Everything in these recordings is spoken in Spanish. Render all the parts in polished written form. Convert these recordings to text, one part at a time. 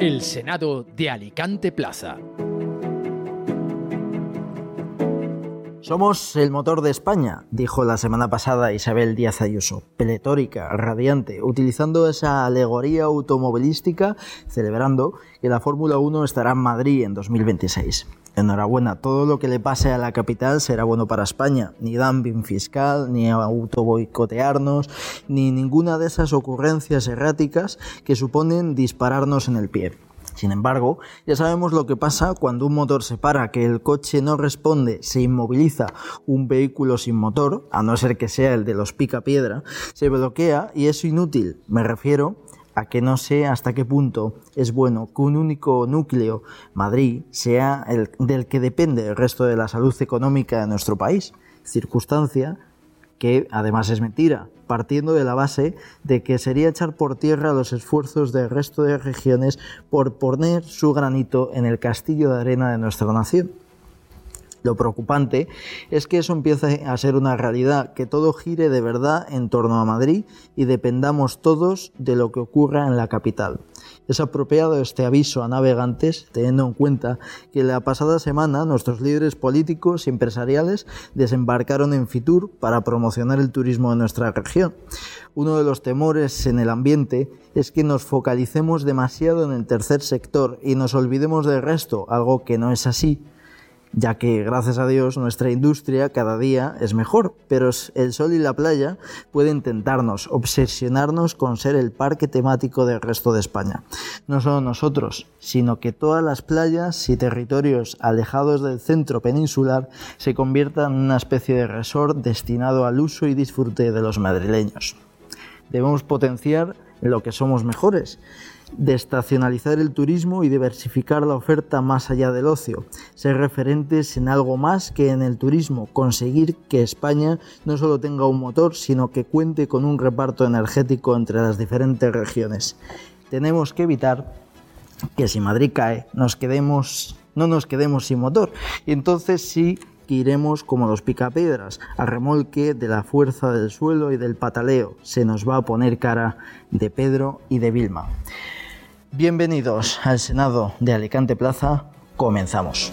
El Senado de Alicante Plaza. Somos el motor de España, dijo la semana pasada Isabel Díaz Ayuso, pletórica, radiante, utilizando esa alegoría automovilística, celebrando que la Fórmula 1 estará en Madrid en 2026. Enhorabuena, todo lo que le pase a la capital será bueno para España, ni dumping fiscal, ni autoboicotearnos, ni ninguna de esas ocurrencias erráticas que suponen dispararnos en el pie. Sin embargo, ya sabemos lo que pasa cuando un motor se para, que el coche no responde, se inmoviliza, un vehículo sin motor, a no ser que sea el de los picapiedra, se bloquea y es inútil. Me refiero a que no sé hasta qué punto es bueno que un único núcleo, Madrid, sea el del que depende el resto de la salud económica de nuestro país, circunstancia que además es mentira, partiendo de la base de que sería echar por tierra los esfuerzos del resto de regiones por poner su granito en el castillo de arena de nuestra nación. Lo preocupante es que eso empiece a ser una realidad, que todo gire de verdad en torno a Madrid y dependamos todos de lo que ocurra en la capital. Es apropiado este aviso a navegantes, teniendo en cuenta que la pasada semana nuestros líderes políticos y empresariales desembarcaron en Fitur para promocionar el turismo de nuestra región. Uno de los temores en el ambiente es que nos focalicemos demasiado en el tercer sector y nos olvidemos del resto, algo que no es así, ya que, gracias a Dios, nuestra industria cada día es mejor, pero el sol y la playa pueden tentarnos, obsesionarnos con ser el parque temático del resto de España. No solo nosotros, sino que todas las playas y territorios alejados del centro peninsular se conviertan en una especie de resort destinado al uso y disfrute de los madrileños. Debemos potenciar lo que somos mejores, desestacionalizar el turismo y diversificar la oferta más allá del ocio, ser referentes en algo más que en el turismo, conseguir que España no solo tenga un motor, sino que cuente con un reparto energético entre las diferentes regiones. Tenemos que evitar que si Madrid cae no nos quedemos sin motor, y entonces sí que iremos como los picapiedras, a remolque de la fuerza del suelo y del pataleo. Se nos va a poner cara de Pedro y de Vilma. Bienvenidos al Senado de Alicante Plaza. Comenzamos.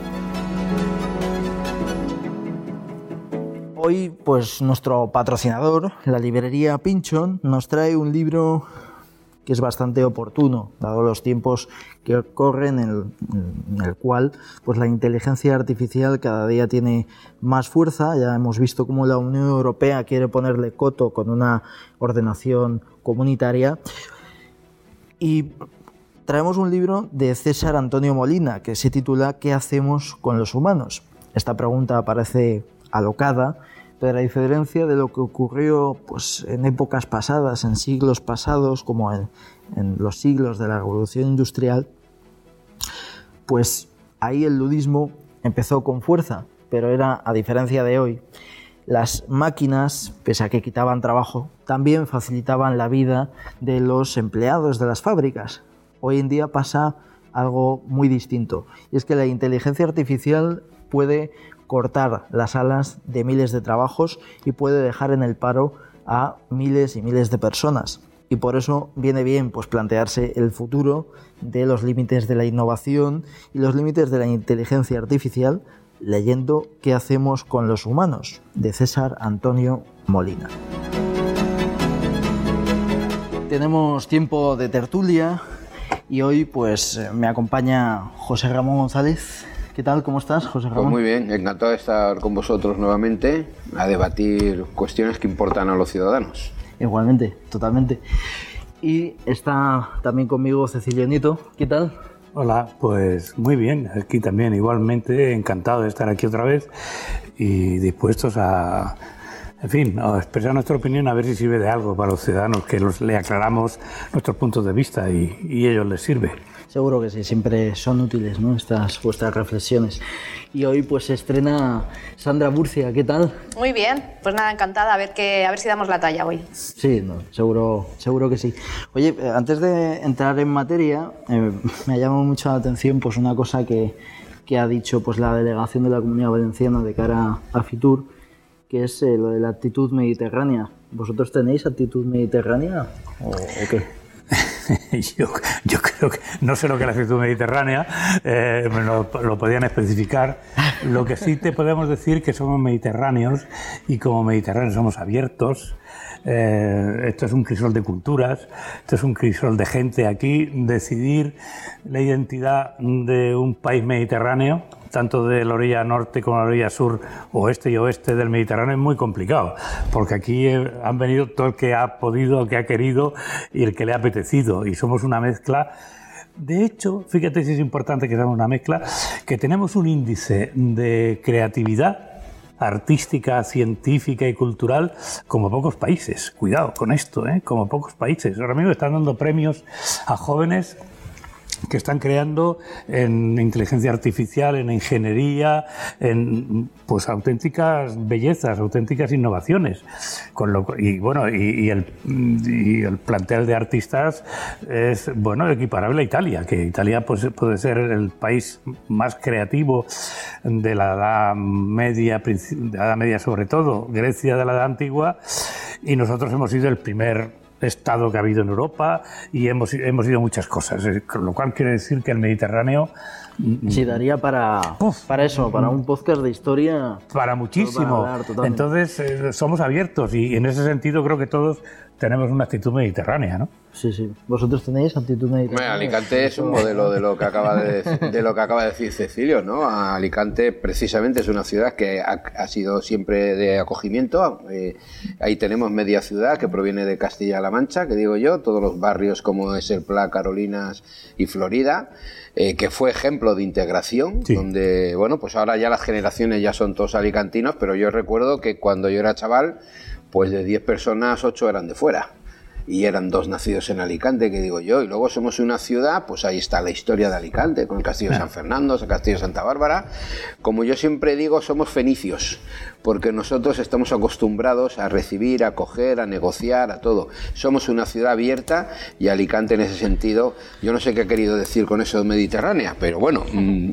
Hoy, pues nuestro patrocinador, la librería Pynchon, nos trae un libro que es bastante oportuno, dado los tiempos que corren, en el cual pues la inteligencia artificial cada día tiene más fuerza. Ya hemos visto cómo la Unión Europea quiere ponerle coto con una ordenación comunitaria. Y traemos un libro de César Antonio Molina que se titula ¿Qué hacemos con los humanos? Esta pregunta parece alocada, pero a diferencia de lo que ocurrió pues, en épocas pasadas, en siglos pasados, como en los siglos de la Revolución Industrial, pues ahí el ludismo empezó con fuerza, pero era, a diferencia de hoy, las máquinas, pese a que quitaban trabajo, también facilitaban la vida de los empleados de las fábricas. Hoy en día pasa algo muy distinto, y es que la inteligencia artificial puede cortar las alas de miles de trabajos y puede dejar en el paro a miles y miles de personas. Y por eso viene bien pues, plantearse el futuro de los límites de la innovación y los límites de la inteligencia artificial, leyendo ¿Qué hacemos con los humanos?, de César Antonio Molina. Tenemos tiempo de tertulia y hoy pues me acompaña José Ramón González. ¿Qué tal? ¿Cómo estás, José Ramón? Pues muy bien, encantado de estar con vosotros nuevamente a debatir cuestiones que importan a los ciudadanos. Igualmente, totalmente. Y está también conmigo Cecilio Nieto. ¿Qué tal? Hola, pues muy bien, aquí también igualmente encantado de estar aquí otra vez y dispuestos a, en fin, a expresar nuestra opinión, a ver si sirve de algo para los ciudadanos, que le aclaramos nuestros puntos de vista y ellos les sirve. Seguro que sí, siempre son útiles, ¿no?, estas vuestras reflexiones. Y hoy pues se estrena Sandra Murcia, ¿qué tal? Muy bien, pues nada, encantada, a ver si damos la talla hoy. Sí, no, seguro que sí. Oye, antes de entrar en materia, me ha llamado mucho la atención pues una cosa que ha dicho pues la delegación de la Comunidad Valenciana de cara a Fitur, que es lo de la actitud mediterránea. ¿Vosotros tenéis actitud mediterránea o qué? Yo creo que no sé lo que es la actitud mediterránea, lo podían especificar. Lo que sí te podemos decir que somos mediterráneos y como mediterráneos somos abiertos. Esto es un crisol de culturas, esto es un crisol de gente. Aquí decidir la identidad de un país mediterráneo, tanto de la orilla norte como de la orilla sur, oeste y oeste del Mediterráneo, es muy complicado, porque aquí han venido todo el que ha podido, el que ha querido y el que le ha apetecido, y somos una mezcla. De hecho, fíjate si es importante que seamos una mezcla, que tenemos un índice de creatividad artística, científica y cultural como pocos países. Cuidado con esto, como pocos países. Ahora mismo están dando premios a jóvenes que están creando en inteligencia artificial, en ingeniería, en pues auténticas bellezas, auténticas innovaciones. Y el plantel de artistas es equiparable a Italia, que Italia pues puede ser el país más creativo de la Edad Media, sobre todo, Grecia de la Edad Antigua, y nosotros hemos sido el primer Estado que ha habido en Europa y hemos ido muchas cosas, lo cual quiere decir que el Mediterráneo sí daría para eso, para un podcast de historia, para muchísimo. Entonces somos abiertos y en ese sentido creo que todos tenemos una actitud mediterránea, ¿no? Sí. ¿Vosotros tenéis actitud mediterránea? Alicante es un modelo de lo que acaba de decir Cecilio, ¿no? Alicante precisamente es una ciudad que ha sido siempre de acogimiento. Ahí tenemos media ciudad que proviene de Castilla-La Mancha, que digo yo, todos los barrios como es el Pla, Carolinas y Florida, que fue ejemplo de integración, sí. Donde, pues ahora ya las generaciones ya son todos alicantinos, pero yo recuerdo que cuando yo era chaval, pues de 10 personas, 8 eran de fuera. Y eran 2 nacidos en Alicante, que digo yo, y luego somos una ciudad, pues ahí está la historia de Alicante, con el Castillo de San Fernando, el Castillo de Santa Bárbara. Como yo siempre digo, somos fenicios, porque nosotros estamos acostumbrados a recibir, a acoger, a negociar, a todo. Somos una ciudad abierta y Alicante en ese sentido, yo no sé qué ha querido decir con eso de mediterránea, pero bueno,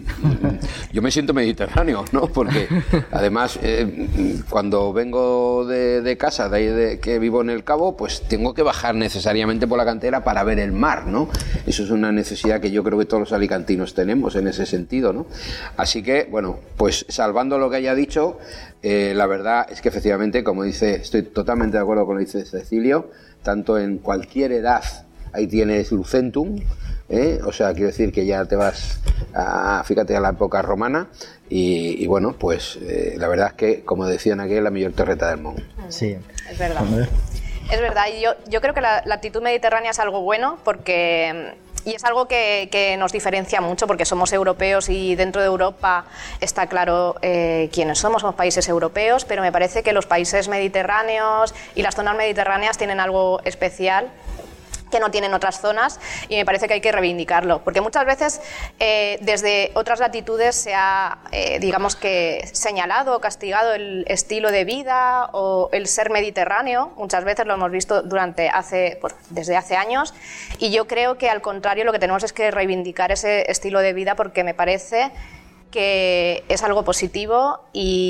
yo me siento mediterráneo, ¿no? Porque además, cuando vengo de casa, de ahí que vivo en el Cabo, pues tengo que bajar necesariamente por la cantera para ver el mar, ¿no? Eso es una necesidad que yo creo que todos los alicantinos tenemos en ese sentido, ¿no? Así que, pues salvando lo que haya dicho, la verdad es que efectivamente, como dice, estoy totalmente de acuerdo con lo que dice Cecilio, tanto en cualquier edad, ahí tienes Lucentum, o sea, quiero decir que ya te vas fíjate, a la época romana y pues la verdad es que, como decían aquí, es la mejor torreta del mundo. Sí, es verdad. Es verdad, y yo creo que la actitud mediterránea es algo bueno y es algo que nos diferencia mucho porque somos europeos y dentro de Europa está claro quiénes somos países europeos, pero me parece que los países mediterráneos y las zonas mediterráneas tienen algo especial que no tienen otras zonas y me parece que hay que reivindicarlo, porque muchas veces desde otras latitudes se ha, digamos que, señalado o castigado el estilo de vida o el ser mediterráneo. Muchas veces lo hemos visto desde hace años y yo creo que al contrario lo que tenemos es que reivindicar ese estilo de vida porque me parece que es algo positivo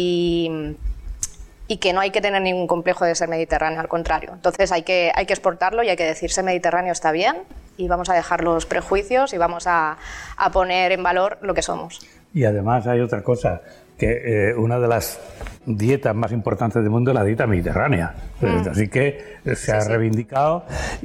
y que no hay que tener ningún complejo de ser mediterráneo, al contrario. Entonces hay que exportarlo y hay que decir ser mediterráneo está bien y vamos a dejar los prejuicios y vamos a poner en valor lo que somos. Y además hay otra cosa, que una de las dietas más importantes del mundo es la dieta mediterránea. Así que se ha reivindicado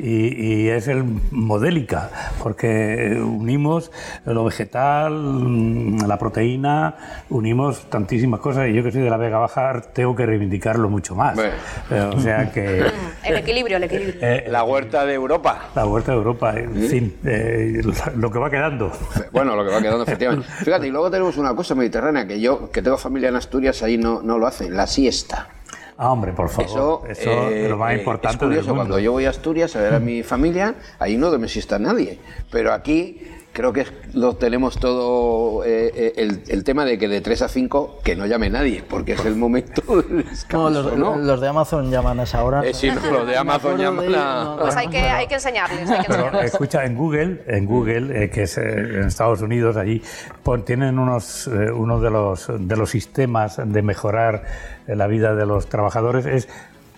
y es el modélica, porque unimos lo vegetal, la proteína, unimos tantísimas cosas y yo que soy de la Vega Baja tengo que reivindicarlo mucho más. O sea que... El equilibrio. La huerta de Europa. La huerta de Europa, en fin, lo que va quedando. Bueno, lo que va quedando, efectivamente. Fíjate, y luego tenemos una cosa mediterránea, que tengo familia en Asturias, ahí no lo hacen, la siesta. Hombre, por favor, eso es lo más importante. Es curioso, del mundo. Cuando yo voy a Asturias a ver a mi familia, ahí no duerme siesta nadie, pero aquí creo que lo tenemos todo, el tema de que de 3 a 5 que no llame nadie, porque es el momento del descanso, ¿no? Los de Amazon llaman a esa hora. Sí, no, los de Amazon llaman a... Pues hay que enseñarles. Pero, escucha, en Google, que es en Estados Unidos, allí tienen uno de los sistemas de mejorar la vida de los trabajadores, es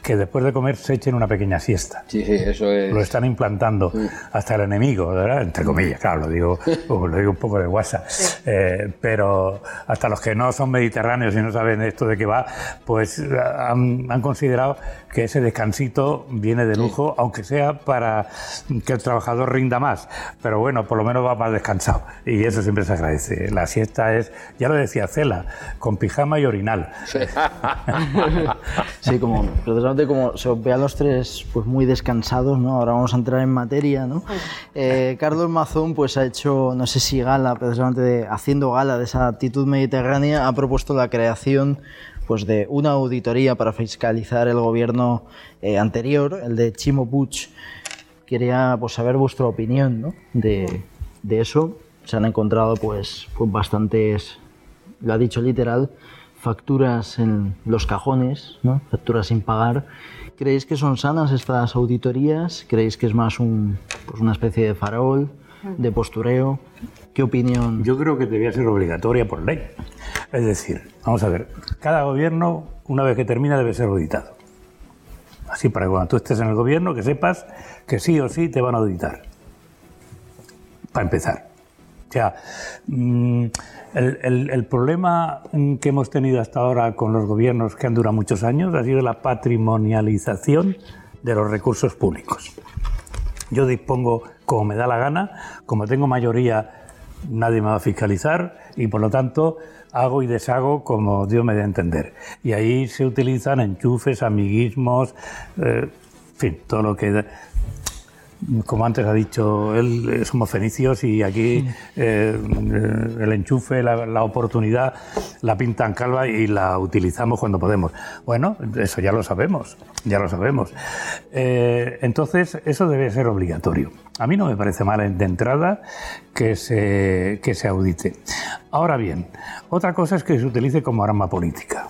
que después de comer se echen una pequeña siesta. Sí, eso es. Lo están implantando hasta el enemigo, ¿verdad? Entre comillas, claro, lo digo un poco de guasa. Sí. Pero hasta los que no son mediterráneos y no saben esto de qué va, pues han considerado que ese descansito viene de lujo, aunque sea para que el trabajador rinda más. Pero bueno, por lo menos va más descansado. Y eso siempre se agradece. La siesta es, ya lo decía Cela, con pijama y orinal. Sí, sí, precisamente como se os ve a los tres pues muy descansados, ¿no? Ahora vamos a entrar en materia, ¿no? Carlos Mazón pues ha hecho, no sé si gala, precisamente haciendo gala de esa actitud mediterránea, ha propuesto la creación pues de una auditoría para fiscalizar el gobierno anterior, el de Ximo Puig. Quería pues saber vuestra opinión, ¿no? de eso. Se han encontrado pues bastantes, lo ha dicho literal, facturas en los cajones, ¿no? Facturas sin pagar. ¿Creéis que son sanas estas auditorías? ¿Creéis que es más una especie de farol, de postureo? ¿Qué opinión? Yo creo que debería ser obligatoria por ley. Es decir, vamos a ver, cada gobierno, una vez que termina, debe ser auditado. Así para que cuando tú estés en el gobierno, que sepas que sí o sí te van a auditar. Para empezar. O sea, el problema que hemos tenido hasta ahora con los gobiernos que han durado muchos años ha sido la patrimonialización de los recursos públicos. Yo dispongo como me da la gana, como tengo mayoría, nadie me va a fiscalizar y por lo tanto hago y deshago como Dios me dé a entender. Y ahí se utilizan enchufes, amiguismos, en fin, todo lo que... Como antes ha dicho él, somos fenicios y aquí el enchufe, la oportunidad, la pintan calva y la utilizamos cuando podemos. Bueno, eso ya lo sabemos, entonces, eso debe ser obligatorio. A mí no me parece mal de entrada que se audite. Ahora bien, otra cosa es que se utilice como arma política,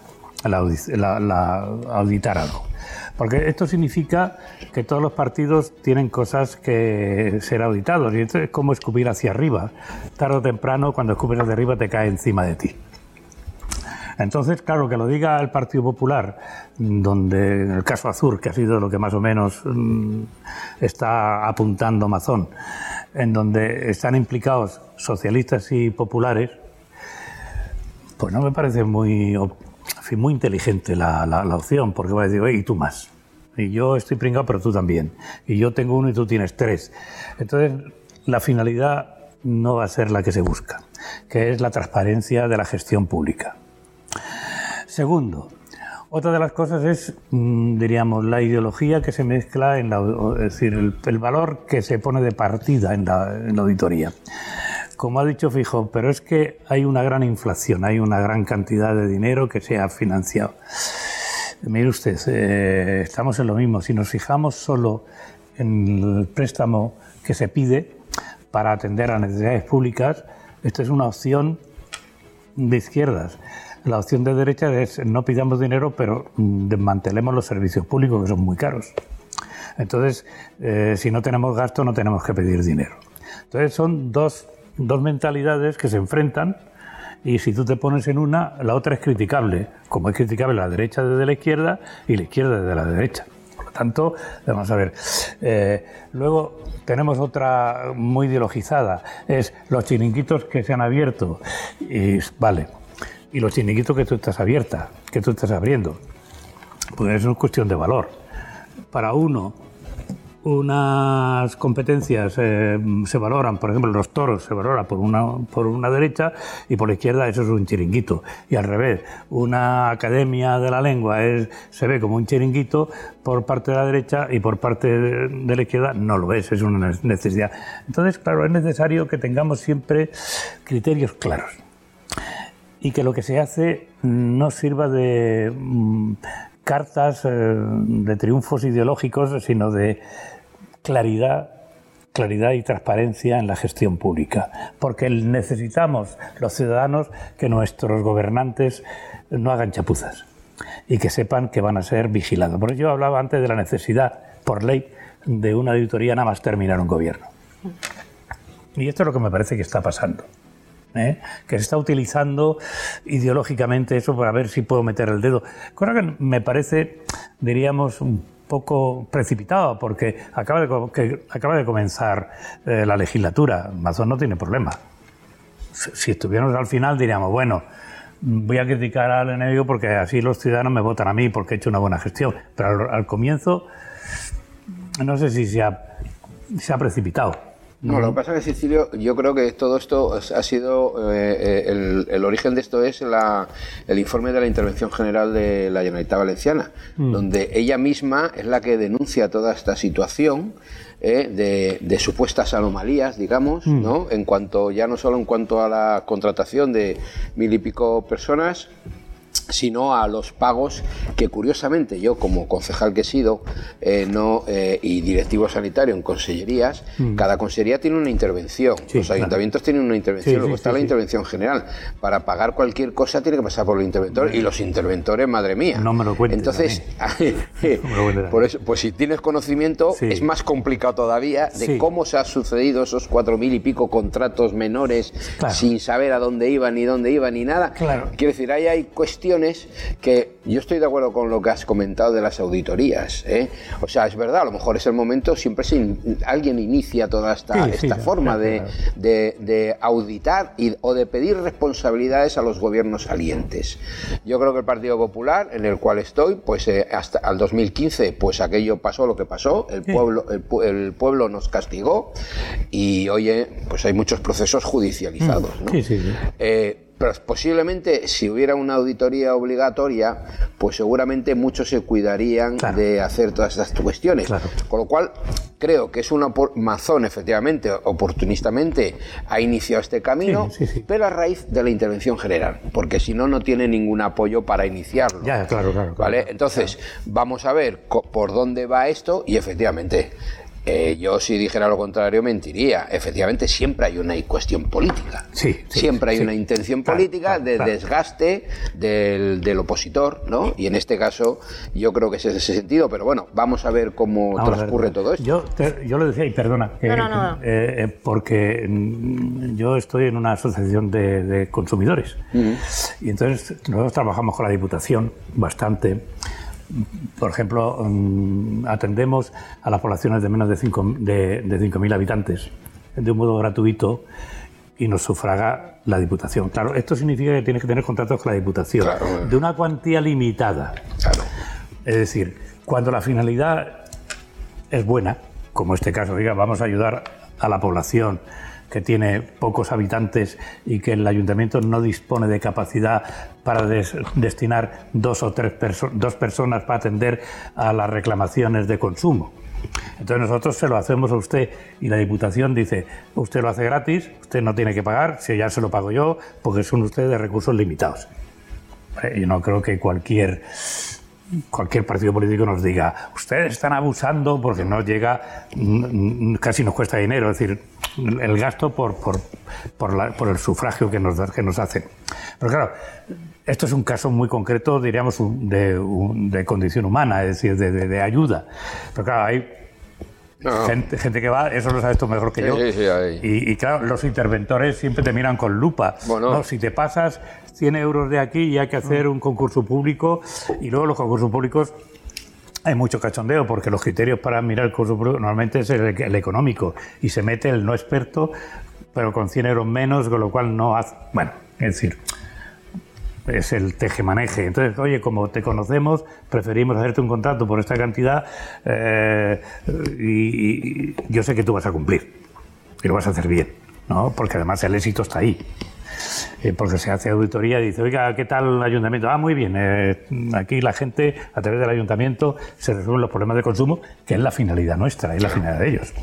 auditar algo. Porque esto significa que todos los partidos tienen cosas que ser auditados y esto es como escupir hacia arriba. Tarde o temprano, cuando escupes hacia arriba, te cae encima de ti. Entonces, claro, que lo diga el Partido Popular, donde en el caso Azur, que ha sido lo que más o menos está apuntando Mazón, en donde están implicados socialistas y populares, pues no me parece muy inteligente la opción, porque va a decir, oye, y tú más. Y yo estoy pringado, pero tú también. Y yo tengo uno y tú tienes tres. Entonces, la finalidad no va a ser la que se busca, que es la transparencia de la gestión pública. Segundo, otra de las cosas es, diríamos, la ideología que se mezcla es decir, el valor que se pone de partida en la auditoría. Como ha dicho Feijóo, pero es que hay una gran inflación, hay una gran cantidad de dinero que se ha financiado. Mire usted, estamos en lo mismo. Si nos fijamos solo en el préstamo que se pide para atender a necesidades públicas, esto es una opción de izquierdas. La opción de derecha es no pidamos dinero, pero desmantelemos los servicios públicos, que son muy caros. Entonces, si no tenemos gasto, no tenemos que pedir dinero. Entonces, son dos mentalidades que se enfrentan y si tú te pones en una, la otra es criticable, como es criticable la derecha desde la izquierda y la izquierda desde la derecha. Por lo tanto, vamos a ver. Luego tenemos otra muy ideologizada, es los chiringuitos que se han abierto. Y vale, y los chiringuitos que tú estás abriendo, pues eso es cuestión de valor. Para unas competencias se valoran, por ejemplo, los toros se valora por una derecha y por la izquierda eso es un chiringuito. Y al revés, una academia de la lengua se ve como un chiringuito por parte de la derecha y por parte de la izquierda no lo es una necesidad. Entonces, claro, es necesario que tengamos siempre criterios claros y que lo que se hace no sirva de cartas de triunfos ideológicos, sino de claridad y transparencia en la gestión pública, porque necesitamos los ciudadanos que nuestros gobernantes no hagan chapuzas y que sepan que van a ser vigilados. Por eso yo hablaba antes de la necesidad, por ley, de una auditoría nada más terminar un gobierno. Y esto es lo que me parece que está pasando. Que se está utilizando ideológicamente eso para ver si puedo meter el dedo. Cosa que me parece diríamos, un poco precipitado, porque acaba de comenzar la legislatura. Mazón no tiene problema. Si estuviéramos al final diríamos, bueno, voy a criticar al enemigo porque así los ciudadanos me votan a mí porque he hecho una buena gestión. Pero al comienzo no sé si se ha precipitado. No, lo que pasa es que, Cecilio, yo creo que todo esto ha sido, el origen de esto es el informe de la Intervención General de la Generalitat Valenciana, donde ella misma es la que denuncia toda esta situación de supuestas anomalías, digamos, ¿no? En cuanto, ya no solo en cuanto a la contratación de 1000 y pico personas, sino a los pagos que, curiosamente, yo como concejal que he sido y directivo sanitario en consellerías, cada consellería tiene una intervención, los ayuntamientos tienen una intervención, luego está la intervención general. Para pagar cualquier cosa tiene que pasar por el interventor, y los interventores, madre mía. No me lo cuentes. Entonces, por eso, pues si tienes conocimiento, es más complicado todavía de cómo se han sucedido esos 4000 y pico contratos menores, sin saber a dónde iban, ni nada. Claro. Quiero decir, ahí hay cuestiones que yo estoy de acuerdo con lo que has comentado de las auditorías, ¿eh? O sea, es verdad, a lo mejor es el momento, siempre alguien inicia toda esta forma de auditar o de pedir responsabilidades a los gobiernos salientes. Yo creo que el Partido Popular, en el cual estoy, pues hasta el 2015, pues aquello pasó lo que pasó, el pueblo nos castigó, y oye, pues hay muchos procesos judicializados, ¿no? Pero posiblemente, si hubiera una auditoría obligatoria, pues seguramente muchos se cuidarían de hacer todas estas cuestiones. Con lo cual, creo que es Mazón, efectivamente, oportunistamente, ha iniciado este camino, pero a raíz de la intervención general, porque si no, no tiene ningún apoyo para iniciarlo. ¿Vale? Entonces, vamos a ver por dónde va esto, y efectivamente, yo si dijera lo contrario mentiría. Efectivamente, siempre hay una cuestión política. Siempre hay una intención política de desgaste del opositor, ¿no? Y en este caso yo creo que es en ese sentido, pero bueno, vamos a ver cómo transcurre todo esto. Yo lo decía, y perdona, porque yo estoy en una asociación de consumidores, y entonces nosotros trabajamos con la Diputación bastante. Por ejemplo, atendemos a las poblaciones de menos de 5.000 habitantes de un modo gratuito, y nos sufraga la Diputación. Claro, esto significa que tienes que tener contratos con la Diputación de una cuantía limitada. Es decir, cuando la finalidad es buena, como este caso, diga, vamos a ayudar a la población que tiene pocos habitantes y que el ayuntamiento no dispone de capacidad para destinar dos personas para atender a las reclamaciones de consumo. Entonces nosotros se lo hacemos a usted, y la Diputación dice, usted lo hace gratis, usted no tiene que pagar, si ya se lo pago yo, porque son ustedes de recursos limitados. Yo no creo que cualquier partido político nos diga, ustedes están abusando porque no llega, casi nos cuesta dinero, es decir, el gasto por el sufragio que nos hacen. Pero claro, esto es un caso muy concreto, diríamos, de condición humana, es decir, de ayuda. Pero claro, hay gente que va, eso lo sabes tú mejor que yo. Y claro, los interventores siempre te miran con lupa. No, si te pasas 100 euros de aquí y hay que hacer un concurso público, y luego los concursos públicos hay mucho cachondeo, porque los criterios para mirar el concurso público normalmente es el económico, y se mete el no experto, pero con 100 euros menos, con lo cual no hace... Bueno, es decir, es el tejemaneje. Entonces, oye, como te conocemos, preferimos hacerte un contrato por esta cantidad, y yo sé que tú vas a cumplir y lo vas a hacer bien, ¿no? Porque además el éxito está ahí. Porque se hace auditoría y dice, oiga, ¿qué tal el ayuntamiento? Muy bien, aquí la gente, a través del ayuntamiento, se resuelven los problemas de consumo, que es la finalidad nuestra, es la finalidad de ellos.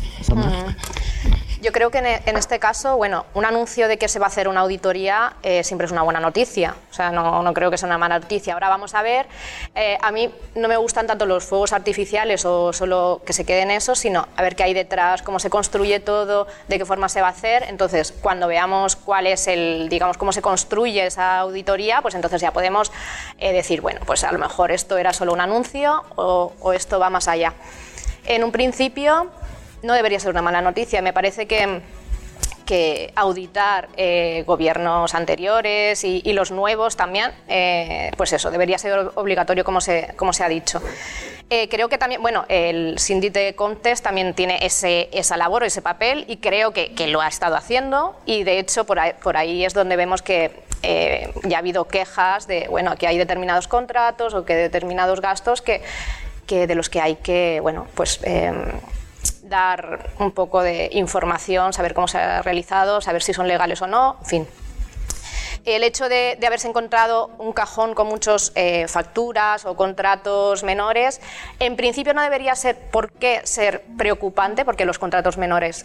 Yo creo que en este caso, bueno, un anuncio de que se va a hacer una auditoría siempre es una buena noticia. O sea, no creo que sea una mala noticia. Ahora vamos a ver, a mí no me gustan tanto los fuegos artificiales o solo que se quede en eso, sino a ver qué hay detrás, cómo se construye todo, de qué forma se va a hacer. Entonces, cuando veamos cuál es digamos, cómo se construye esa auditoría, pues entonces ya podemos decir, bueno, pues a lo mejor esto era solo un anuncio o esto va más allá. En un principio no debería ser una mala noticia. Me parece que que auditar gobiernos anteriores y los nuevos también, pues eso, debería ser obligatorio como se ha dicho. Creo que también, bueno, el Síndic de Comptes también tiene esa labor, ese papel, y creo que lo ha estado haciendo, y de hecho por ahí es donde vemos que ya ha habido quejas de, bueno, que hay determinados contratos o que determinados gastos que de los que hay que, bueno, pues dar un poco de información, saber cómo se ha realizado, saber si son legales o no, en fin. El hecho de haberse encontrado un cajón con muchas facturas o contratos menores, en principio no debería ser por qué ser preocupante, porque los contratos menores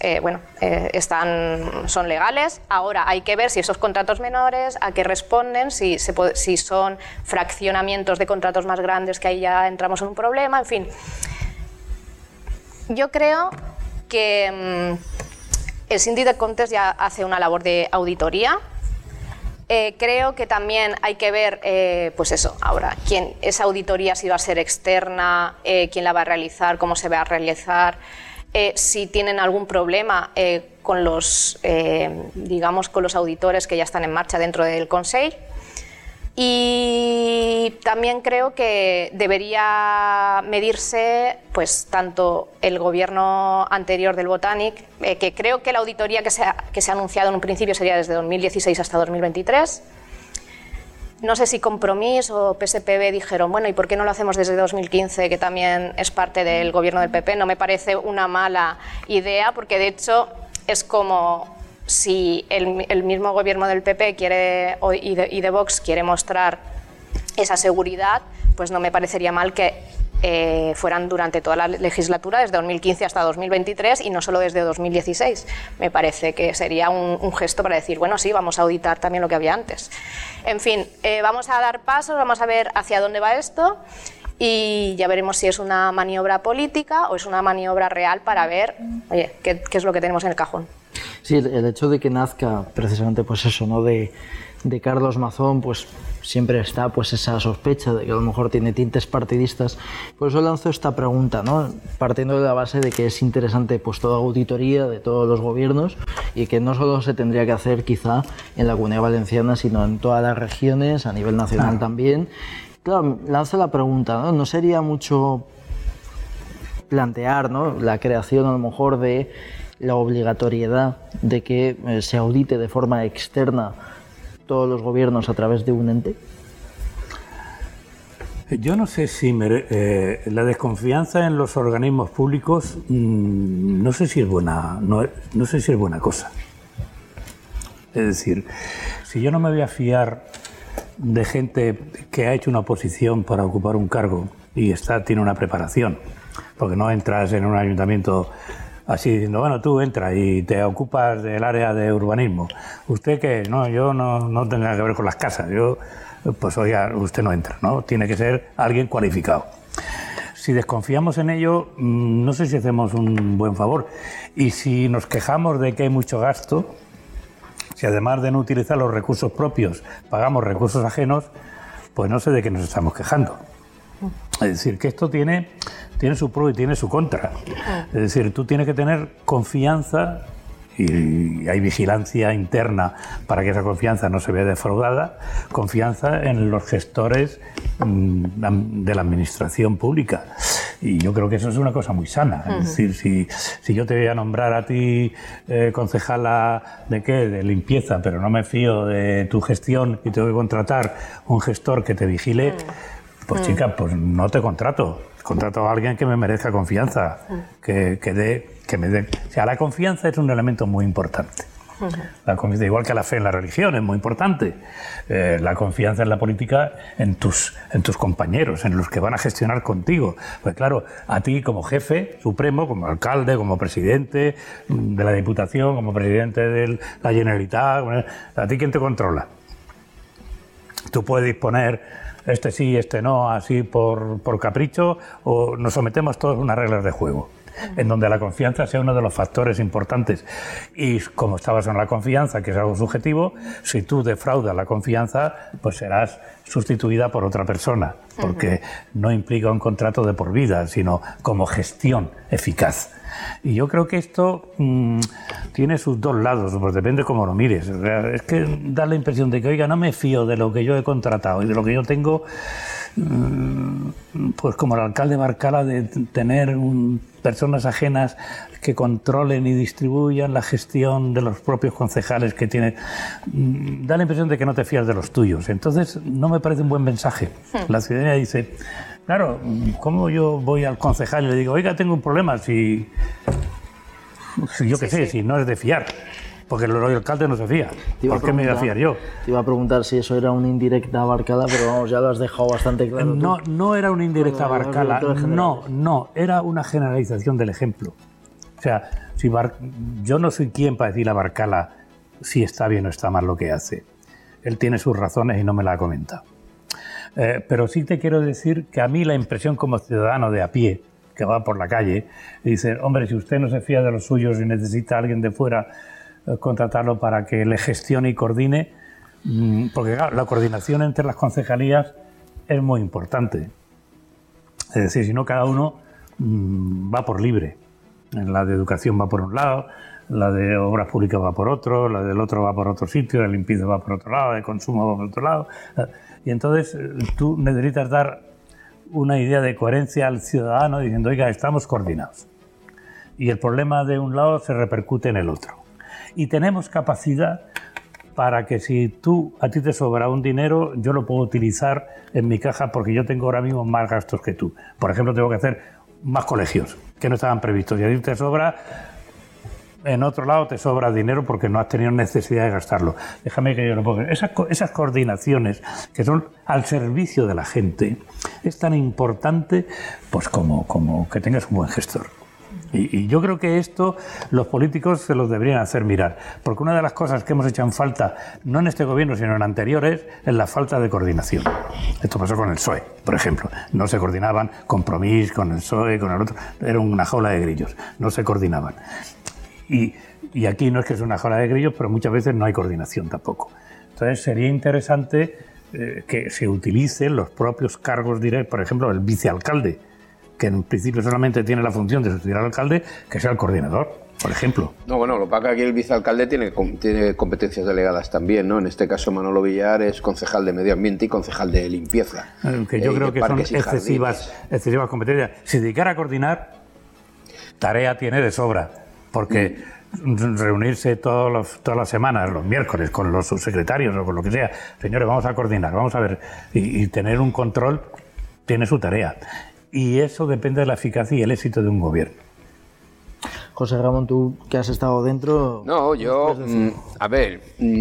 son legales. Ahora hay que ver si esos contratos menores a qué responden, si son fraccionamientos de contratos más grandes, que ahí ya entramos en un problema, en fin. Yo creo que el Síndic de Comptes ya hace una labor de auditoría. Creo que también hay que ver, pues eso, ahora, esa auditoría si va a ser externa, quién la va a realizar, cómo se va a realizar, si tienen algún problema con los auditores que ya están en marcha dentro del Consell. Y también creo que debería medirse, pues, tanto el gobierno anterior del Botanic, que creo que la auditoría que se ha anunciado en un principio sería desde 2016 hasta 2023. No sé si Compromís o PSPB dijeron, bueno, ¿y por qué no lo hacemos desde 2015, que también es parte del gobierno del PP? No me parece una mala idea, porque de hecho es como si el mismo gobierno del PP y de Vox quiere mostrar esa seguridad, pues no me parecería mal que fueran durante toda la legislatura, desde 2015 hasta 2023, y no solo desde 2016. Me parece que sería un gesto para decir, bueno, sí, vamos a auditar también lo que había antes. En fin, vamos a dar pasos, vamos a ver hacia dónde va esto, y ya veremos si es una maniobra política o es una maniobra real para ver, oye, qué es lo que tenemos en el cajón. Sí, el hecho de que nazca precisamente pues eso, ¿no? de Carlos Mazón, pues siempre está pues esa sospecha de que a lo mejor tiene tintes partidistas. Por eso lanzo esta pregunta, ¿no? Partiendo de la base de que es interesante pues toda auditoría de todos los gobiernos, y que no solo se tendría que hacer quizá en la Comunidad Valenciana, sino en todas las regiones, a nivel nacional también. Claro, lanzo la pregunta, ¿no? ¿No sería mucho plantear, ¿no?, la creación a lo mejor de la obligatoriedad de que se audite de forma externa todos los gobiernos a través de un ente? Yo no sé si la desconfianza en los organismos públicos no sé si es buena, no sé si es buena cosa. Es decir, si yo no me voy a fiar de gente que ha hecho una oposición para ocupar un cargo y tiene una preparación, porque no entras en un ayuntamiento así diciendo, bueno, tú entras y te ocupas del área de urbanismo. ¿Usted qué? No, yo no tengo nada que ver con las casas. Pues oiga, usted no entra, ¿no? Tiene que ser alguien cualificado. Si desconfiamos en ello, no sé si hacemos un buen favor. Y si nos quejamos de que hay mucho gasto, si además de no utilizar los recursos propios pagamos recursos ajenos, pues no sé de qué nos estamos quejando. Es decir, que esto tiene su pro y tiene su contra. Es decir, tú tienes que tener confianza, y hay vigilancia interna para que esa confianza no se vea defraudada, confianza en los gestores de la administración pública. Y yo creo que eso es una cosa muy sana. Es decir, si yo te voy a nombrar a ti concejala de limpieza, pero no me fío de tu gestión y tengo que contratar un gestor que te vigile, pues chica, pues no te contrato. Contrato a alguien que me merezca confianza, que me dé. O sea, la confianza es un elemento muy importante. La confianza, igual que la fe en la religión, es muy importante. La confianza en la política, en tus compañeros, en los que van a gestionar contigo. Pues claro, a ti como jefe supremo, como alcalde, como presidente de la Diputación, como presidente de la Generalitat, ¿a ti quién te controla? Tú puedes disponer este sí, este no, así por capricho, o nos sometemos todos a unas reglas de juego. en donde la confianza sea uno de los factores importantes. Y como está basado en la confianza, que es algo subjetivo, si tú defraudas la confianza, pues serás sustituida por otra persona, porque no implica un contrato de por vida, sino como gestión eficaz. Y yo creo que esto tiene sus dos lados, pues depende cómo lo mires. O sea, es que da la impresión de que, oiga, no me fío de lo que yo he contratado y de lo que yo tengo, pues como el alcalde de Barcala, de tener personas ajenas que controlen y distribuyan la gestión de los propios concejales que tiene. Da la impresión de que no te fías de los tuyos. Entonces no me parece un buen mensaje. La ciudadanía dice, claro, ¿cómo yo voy al concejal y le digo, oiga, tengo un problema, si yo qué sé, si no es de fiar? Porque el alcalde no se fía. ¿Por qué me voy a fiar yo? Te iba a preguntar si eso era una indirecta a Barcala, pero vamos, ya lo has dejado bastante claro. No era una indirecta a Barcala, no, era una generalización del ejemplo. O sea, yo no soy quien para decirle a Barcala si está bien o está mal lo que hace. Él tiene sus razones y no me la ha comentado. Pero sí te quiero decir que a mí la impresión como ciudadano de a pie, que va por la calle, y dice, hombre, si usted no se fía de los suyos y necesita a alguien de fuera, contratarlo para que le gestione y coordine, porque claro, la coordinación entre las concejalías es muy importante. Es decir, si no, cada uno va por libre. La de educación va por un lado, la de obras públicas va por otro, la del otro va por otro sitio, la de limpieza va por otro lado, la de consumo va por otro lado. Y entonces tú necesitas dar una idea de coherencia al ciudadano diciendo, oiga, estamos coordinados. Y el problema de un lado se repercute en el otro. Y tenemos capacidad para que si a ti te sobra un dinero, yo lo puedo utilizar en mi caja porque yo tengo ahora mismo más gastos que tú. Por ejemplo, tengo que hacer más colegios que no estaban previstos y a ti te sobra, en otro lado te sobra dinero porque no has tenido necesidad de gastarlo. Déjame que yo lo ponga. Esas coordinaciones que son al servicio de la gente es tan importante pues como que tengas un buen gestor. Y yo creo que esto los políticos se los deberían hacer mirar, porque una de las cosas que hemos hecho en falta, no en este gobierno sino en anteriores, es la falta de coordinación. Esto pasó con el PSOE, por ejemplo. No se coordinaban Compromís, con el PSOE, con el otro. Era una jaula de grillos, no se coordinaban. Y aquí no es que es una jaula de grillos, pero muchas veces no hay coordinación tampoco. Entonces sería interesante que se utilicen los propios cargos directos, por ejemplo, el vicealcalde, que en principio solamente tiene la función de sustituir al alcalde, que sea el coordinador, por ejemplo. No, bueno, lo que pasa es que aquí el vicealcalde tiene competencias delegadas también, ¿no? En este caso Manolo Villar es concejal de Medio Ambiente y concejal de Limpieza. Que yo creo que son excesivas competencias. Si se dedicara a coordinar, tarea tiene de sobra, porque reunirse todas las semanas, los miércoles, con los subsecretarios o con lo que sea, señores, vamos a coordinar, vamos a ver, y tener un control, tiene su tarea. Y eso depende de la eficacia y el éxito de un gobierno. José Ramón, tú que has estado dentro... No, yo... a ver,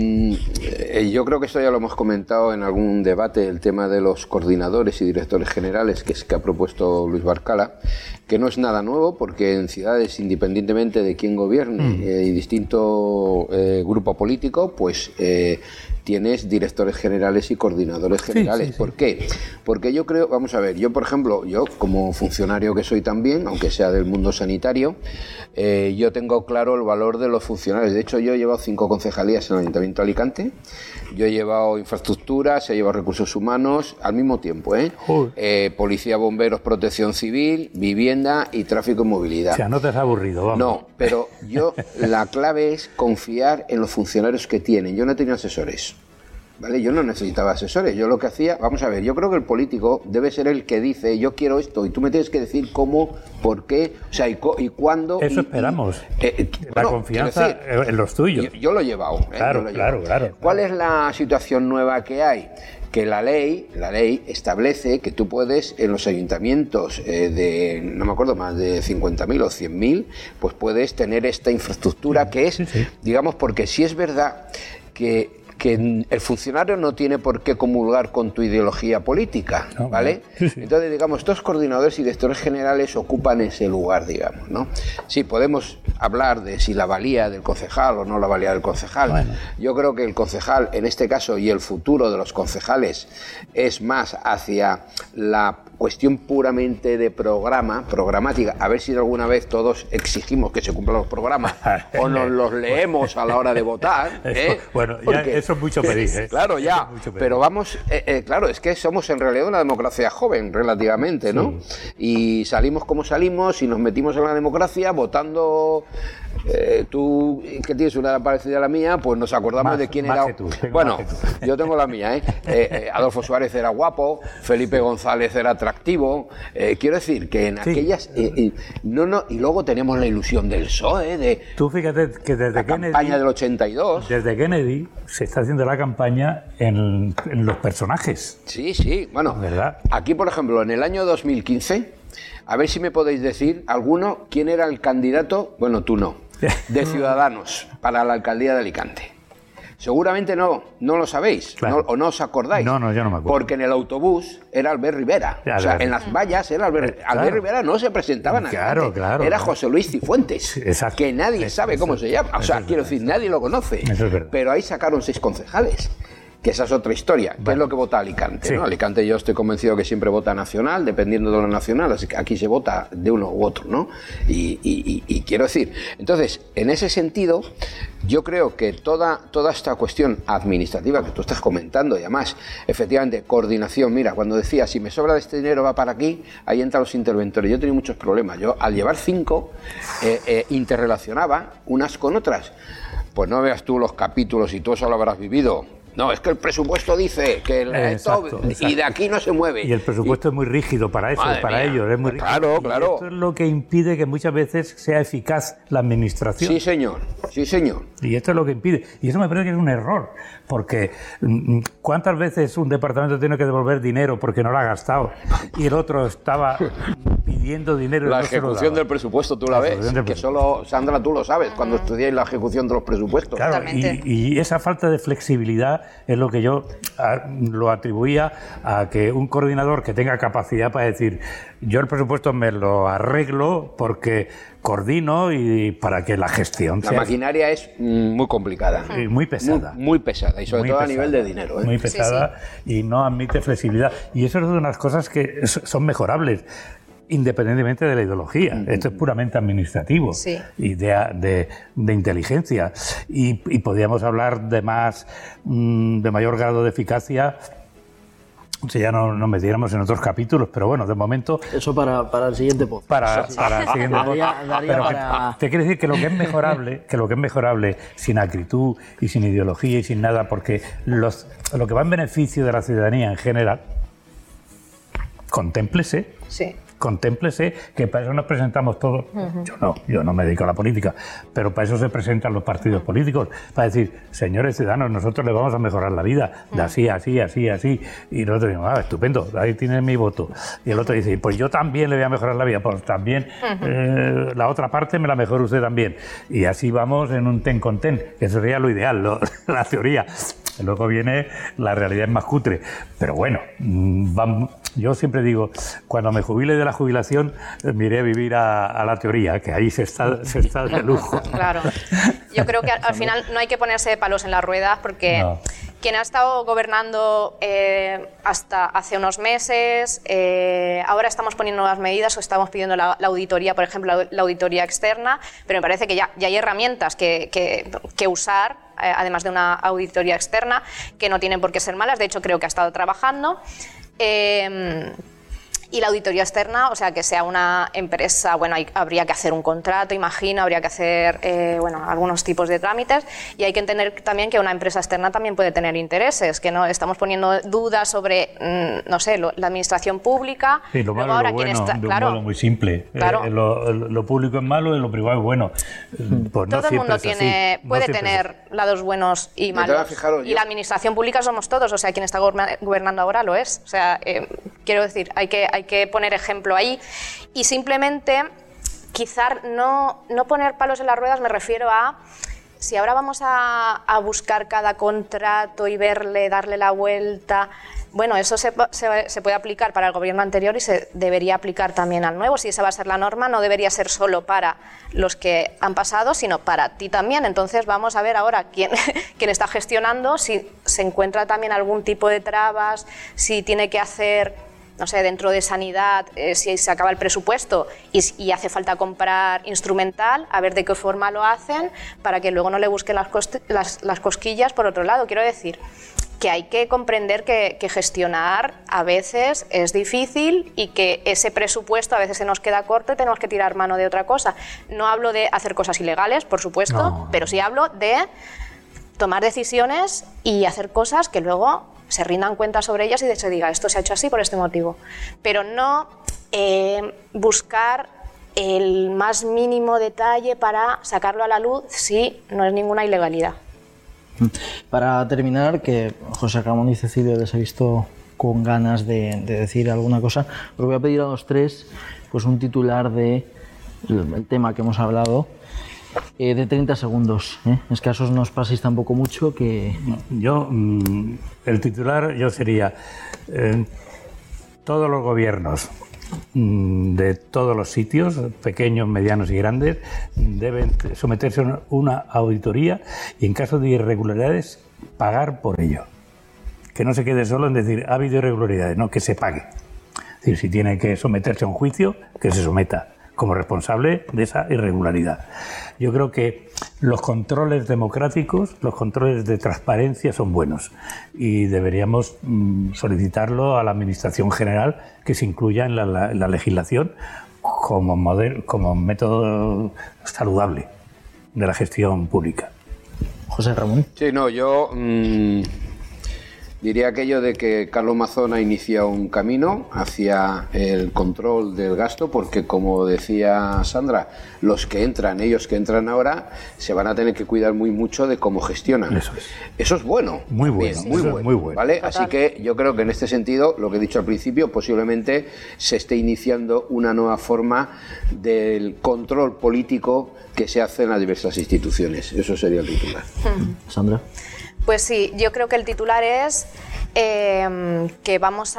yo creo que esto ya lo hemos comentado en algún debate, el tema de los coordinadores y directores generales que ha propuesto Luis Barcala, que no es nada nuevo porque en ciudades, independientemente de quién gobierne y distinto grupo político, pues... tienes directores generales y coordinadores generales. Sí. ¿Por qué? Porque yo creo, vamos a ver, yo por ejemplo, yo como funcionario que soy también, aunque sea del mundo sanitario, yo tengo claro el valor de los funcionarios. De hecho, yo he llevado 5 concejalías en el Ayuntamiento de Alicante, yo he llevado infraestructuras, he llevado recursos humanos al mismo tiempo, policía, bomberos, protección civil, vivienda y tráfico y movilidad. O sea, no te has aburrido, vamos. No, pero la clave es confiar en los funcionarios que tienen. Yo no he tenido asesores. ¿Vale? Yo no necesitaba asesores, yo lo que hacía, vamos a ver, yo creo que el político debe ser el que dice, yo quiero esto, y tú me tienes que decir cómo, por qué, o sea, y cuándo. Eso esperamos, la confianza decir, en los tuyos. Yo lo he llevado. Claro. ¿Cuál es la situación nueva que hay? Que la ley establece que tú puedes, en los ayuntamientos de, no me acuerdo, más de 50.000 o 100.000, pues puedes tener esta infraestructura que es, digamos, porque sí es verdad que el funcionario no tiene por qué comulgar con tu ideología política, ¿vale? Sí. Entonces, digamos, estos coordinadores y directores generales ocupan ese lugar, digamos, ¿no? Sí, podemos hablar de si la valía del concejal o no la valía del concejal. Bueno. Yo creo que el concejal, en este caso, y el futuro de los concejales, es más hacia la cuestión puramente de programática, a ver si alguna vez todos exigimos que se cumplan los programas o nos los leemos a la hora de votar. Bueno, porque, eso es mucho pedir. Claro, ya, pero vamos, claro, es que somos en realidad una democracia joven, relativamente, ¿no? Sí. Y salimos como salimos y nos metimos en la democracia votando. Tú, que tienes una edad parecida a la mía, pues nos acordamos de quién era. Bueno, yo tengo la mía, Adolfo Suárez era guapo, Felipe González era atractivo. Quiero decir que en aquellas. Y luego teníamos la ilusión del PSOE, Tú fíjate que desde la Kennedy. Campaña del 82. Desde Kennedy se está haciendo la campaña en los personajes. Sí, bueno. ¿Verdad? Aquí, por ejemplo, en el año 2015. A ver si me podéis decir, alguno, quién era el candidato, bueno, tú no, de Ciudadanos para la alcaldía de Alicante. Seguramente no lo sabéis, claro. O no os acordáis. No, yo no me acuerdo. Porque en el autobús era Albert Rivera. O sea, en las vallas era Albert Rivera. Albert Rivera no se presentaba en Alicante. Claro. Era José Luis Cifuentes, exacto. Que nadie sabe cómo se llama. O sea, quiero decir, nadie lo conoce. Eso es verdad. Pero ahí sacaron 6 concejales. Que esa es otra historia, que es lo que vota Alicante, sí. ¿No? Alicante yo estoy convencido que siempre vota nacional, dependiendo de lo nacional, así que aquí se vota de uno u otro, ¿no? Y quiero decir, entonces, en ese sentido, yo creo que toda esta cuestión administrativa que tú estás comentando, y además, efectivamente, coordinación, mira, cuando decía, si me sobra de este dinero va para aquí, ahí entran los interventores. Yo he tenido muchos problemas, yo al llevar 5, interrelacionaba unas con otras. Pues no veas tú los capítulos y tú eso lo habrás vivido. No, es que el presupuesto dice que exacto. Y de aquí no se mueve. Y el presupuesto es muy rígido para eso, para ellos. Es muy rígido. Claro. Y esto es lo que impide que muchas veces sea eficaz la administración. Sí, señor. Y esto es lo que impide. Y eso me parece que es un error. Porque ¿cuántas veces un departamento tiene que devolver dinero porque no lo ha gastado? Y el otro estaba pidiendo dinero. La ejecución del presupuesto, tú la ves. Que solo, Sandra, tú lo sabes, cuando estudiáis la ejecución de los presupuestos. Claro, y esa falta de flexibilidad es lo que yo lo atribuía a que un coordinador que tenga capacidad para decir, yo el presupuesto me lo arreglo porque coordino y para que la gestión sea... La maquinaria es muy complicada. Y muy pesada. Muy pesada, y sobre todo a nivel de dinero. Muy pesada, y no admite flexibilidad. Y eso es una de las cosas que son mejorables, independientemente de la ideología. Esto es puramente administrativo y de inteligencia. Y podríamos hablar de mayor grado de eficacia si ya no nos metiéramos en otros capítulos, pero bueno, de momento... Eso para el siguiente podcast. Para el siguiente podcast. Te quiero decir que lo que es mejorable, sin acritud y sin ideología y sin nada, porque lo que va en beneficio de la ciudadanía en general, contémplese que para eso nos presentamos todos. Yo no me dedico a la política, pero para eso se presentan los partidos políticos, para decir, señores ciudadanos, nosotros les vamos a mejorar la vida, de así. Y nosotros decimos, estupendo, ahí tienes mi voto. Y el otro dice, pues yo también le voy a mejorar la vida, pues también la otra parte me la mejora usted también. Y así vamos en un ten con ten, que sería lo ideal, la teoría. Luego viene la realidad más cutre. Pero bueno, yo siempre digo, cuando me jubile de la jubilación, me iré a vivir a la teoría, que ahí se está de lujo. Claro. Yo creo que al final no hay que ponerse palos en las ruedas, porque quien ha estado gobernando hasta hace unos meses, ahora estamos poniendo nuevas medidas o estamos pidiendo la auditoría, por ejemplo, la auditoría externa, pero me parece que ya hay herramientas que usar, además de una auditoría externa, que no tienen por qué ser malas. De hecho, creo que ha estado trabajando. Y la auditoría externa, o sea, que sea una empresa, bueno, habría que hacer un contrato, imagino, habría que hacer, algunos tipos de trámites, y hay que entender también que una empresa externa también puede tener intereses, que no estamos poniendo dudas sobre, la administración pública. Sí, lo malo y lo bueno, de un modo muy simple. Claro. Lo público es malo y lo privado es bueno. Pues todo el mundo puede tener lados buenos y malos. Y la administración pública somos todos, o sea, quien está gobernando ahora lo es. O sea, quiero decir, hay que poner ejemplo ahí, y simplemente quizá no poner palos en las ruedas. Me refiero a, si ahora vamos a buscar cada contrato y darle la vuelta, bueno, eso se puede aplicar para el gobierno anterior y se debería aplicar también al nuevo. Si esa va a ser la norma, no debería ser solo para los que han pasado, sino para ti también. Entonces vamos a ver ahora quién está gestionando, si se encuentra también algún tipo de trabas, si tiene que hacer no sé, dentro de sanidad, si se acaba el presupuesto y hace falta comprar instrumental, a ver de qué forma lo hacen para que luego no le busquen las cosquillas por otro lado. Quiero decir que hay que comprender que gestionar a veces es difícil y que ese presupuesto a veces se nos queda corto y tenemos que tirar mano de otra cosa. No hablo de hacer cosas ilegales, por supuesto, pero sí hablo de tomar decisiones y hacer cosas que luego se rindan cuentas sobre ellas y se diga esto se ha hecho así por este motivo. Pero no buscar el más mínimo detalle para sacarlo a la luz si no es ninguna ilegalidad. Para terminar, que José Ramón y Cecilio les he visto con ganas de decir alguna cosa, os voy a pedir a los tres pues un titular del tema que hemos hablado, de 30 segundos. Escasos no os paséis tampoco mucho que... Yo, el titular sería todos los gobiernos de todos los sitios, pequeños, medianos y grandes, deben someterse a una auditoría y en caso de irregularidades pagar por ello. Que no se quede solo en decir ha habido irregularidades, no, que se pague. Es decir, si tiene que someterse a un juicio, que se someta como responsable de esa irregularidad. Yo creo que los controles democráticos, los controles de transparencia son buenos y deberíamos solicitarlo a la Administración General que se incluya en la legislación como método saludable de la gestión pública. José Ramón. Sí, no, yo diría aquello de que Carlos Mazón ha iniciado un camino hacia el control del gasto, porque como decía Sandra, ellos que entran ahora, se van a tener que cuidar muy mucho de cómo gestionan. Eso es bueno. Muy bueno. Bien, muy bueno. ¿Vale? Así que yo creo que en este sentido, lo que he dicho al principio, posiblemente se esté iniciando una nueva forma del control político que se hace en las diversas instituciones. Eso sería el titular. Sandra. Pues sí, yo creo que el titular es que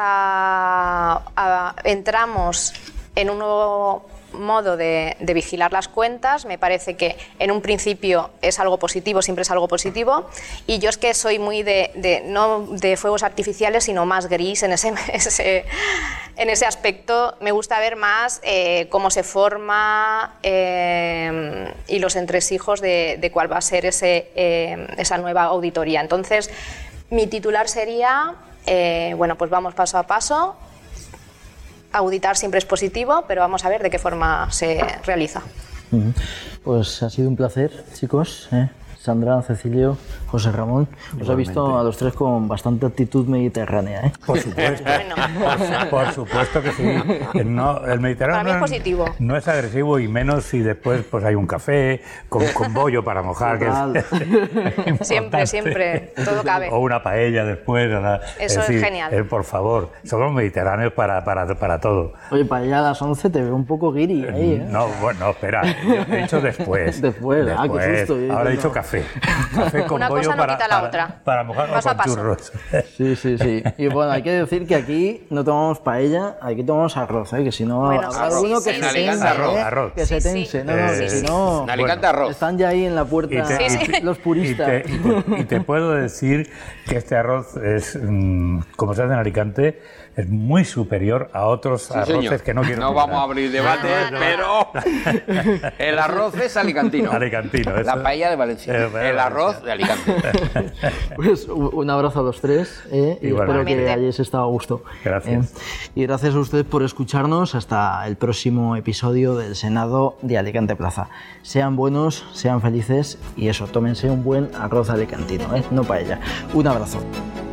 entramos en un nuevo modo de vigilar las cuentas. Me parece que en un principio es algo positivo, siempre es algo positivo, y yo es que soy muy no de fuegos artificiales, sino más gris en ese aspecto. Me gusta ver más cómo se forma y los entresijos de cuál va a ser esa nueva auditoría. Entonces, mi titular sería, bueno, pues vamos paso a paso. Auditar siempre es positivo, pero vamos a ver de qué forma se realiza. Pues ha sido un placer, chicos. Sandra, Cecilio, José Ramón. Os he visto a los tres con bastante actitud mediterránea. Por supuesto. Por supuesto que sí. No, el Mediterráneo para mí es positivo. No es agresivo, y menos si después pues hay un café con bollo para mojar. Que es siempre, todo cabe. O una paella después. Eso es genial. Por favor, somos mediterráneos para todo. Oye, paella a las 11 te veo un poco guiri ahí, No, bueno, espera, he dicho después. Después. Qué susto. Ahora he dicho café con una bollo cosa no quita la otra. Para mojarlo Paso a con paso. churros. Sí. Y bueno, hay que decir que aquí no tomamos paella, aquí tomamos arroz, que si no bueno, habrá alguno que en se Alicante tense, arroz. que se tense. Si no, En Alicante arroz. están ya ahí en la puerta los puristas. Y te puedo decir que este arroz es, como se hace en Alicante, es muy superior a otros arroces, señor, que no quiero No vamos a abrir debate, pero el arroz es alicantino. La paella de Valencia. El arroz de Alicante. Pues un abrazo a los tres y espero que hayáis estado a gusto. Gracias. Y gracias a ustedes por escucharnos. Hasta el próximo episodio del Senado de Alicante Plaza. Sean buenos, sean felices y eso, tómense un buen arroz alicantino, no paella. Un abrazo.